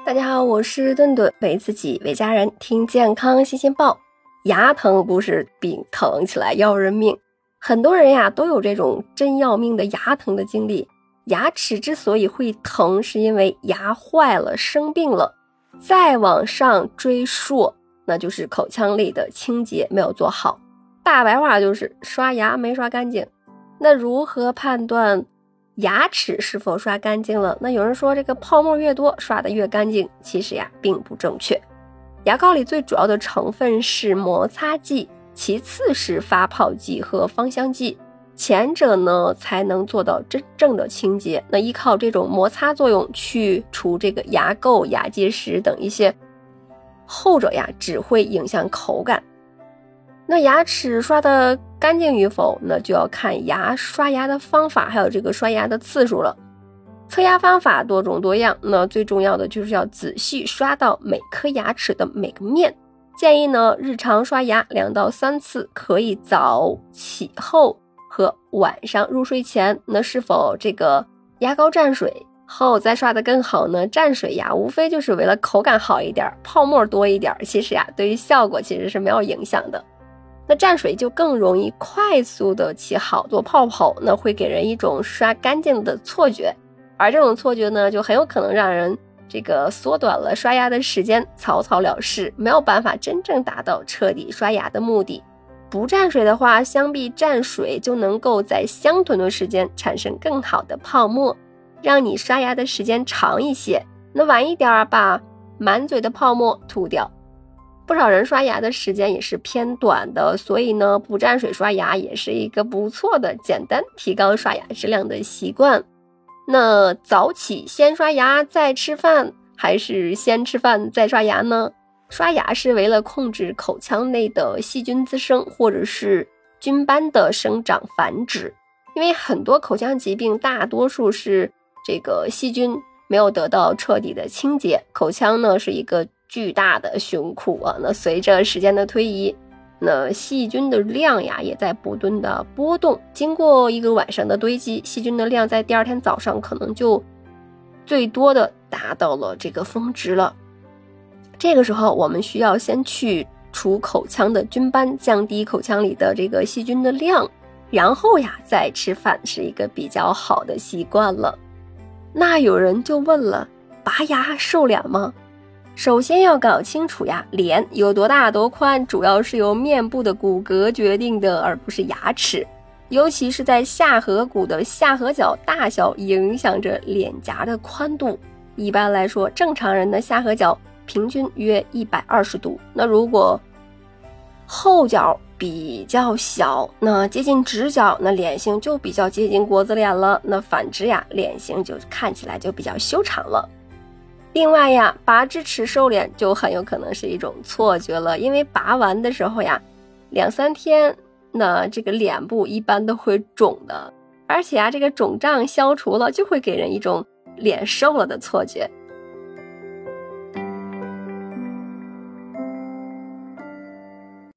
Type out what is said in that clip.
大家好，我是顿顿，为自己为家人听健康新鲜报。牙疼不是病，疼起来要人命。很多人呀都有这种真要命的牙疼的经历。牙齿之所以会疼，是因为牙坏了，生病了。再往上追溯，那就是口腔里的清洁没有做好。大白话就是刷牙没刷干净。那如何判断牙齿是否刷干净了？那有人说这个泡沫越多刷得越干净，其实呀并不正确。牙膏里最主要的成分是摩擦剂，其次是发泡剂和芳香剂，前者呢才能做到真正的清洁。那依靠这种摩擦作用去除这个牙垢、牙结石等一些，后者呀只会影响口感。那牙齿刷的干净与否，那就要看刷牙的方法，还有这个刷牙的次数了。测牙方法多种多样，那最重要的就是要仔细刷到每颗牙齿的每个面。建议呢，日常刷牙2到3次，可以早起后和晚上入睡前。那是否这个牙膏蘸水后再刷得更好呢？蘸水呀，无非就是为了口感好一点，泡沫多一点，其实呀，对于效果其实是没有影响的。那蘸水就更容易快速的起好多泡泡，那会给人一种刷干净的错觉，而这种错觉呢，就很有可能让人这个缩短了刷牙的时间，草草了事，没有办法真正达到彻底刷牙的目的。不蘸水的话，相比蘸水就能够在相同的时间产生更好的泡沫，让你刷牙的时间长一些。那晚一点把满嘴的泡沫吐掉。不少人刷牙的时间也是偏短的，所以呢，不蘸水刷牙也是一个不错的简单提高刷牙质量的习惯。那早起先刷牙再吃饭，还是先吃饭再刷牙呢？刷牙是为了控制口腔内的细菌滋生，或者是菌斑的生长繁殖。因为很多口腔疾病大多数是这个细菌没有得到彻底的清洁，口腔呢是一个巨大的胸库啊。那随着时间的推移，那细菌的量呀也在不断的波动，经过一个晚上的堆积，细菌的量在第二天早上可能就最多的达到了这个峰值了。这个时候我们需要先去除口腔的菌斑，降低口腔里的这个细菌的量，然后呀再吃饭，是一个比较好的习惯了。那有人就问了，拔牙瘦脸吗？首先要搞清楚呀，脸有多大多宽，主要是由面部的骨骼决定的，而不是牙齿。尤其是在下颌骨的下颌角大小影响着脸颊的宽度。一般来说，正常人的下颌角平均约120度。那如果后角比较小，那接近直角，那脸型就比较接近国字脸了。那反之呀，脸型就看起来就比较修长了。另外呀，拔智齿瘦脸就很有可能是一种错觉了，因为拔完的时候呀，2-3天，那这个脸部一般都会肿的，而且啊，这个肿胀消除了，就会给人一种脸瘦了的错觉。